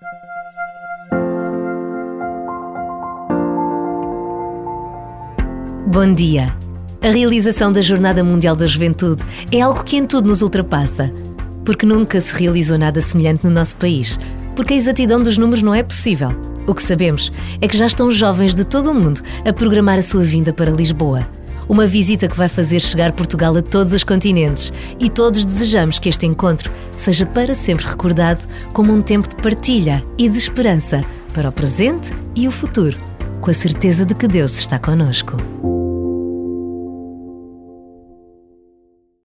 Bom dia! A realização da Jornada Mundial da Juventude é algo que em tudo nos ultrapassa, porque nunca se realizou nada semelhante no nosso país, porque a exatidão dos números não é possível. O que sabemos é que já estão jovens de todo o mundo a programar a sua vinda para Lisboa. Uma visita que vai fazer chegar Portugal a todos os continentes, e todos desejamos que este encontro seja para sempre recordado como um tempo de partilha e de esperança para o presente e o futuro, com a certeza de que Deus está connosco.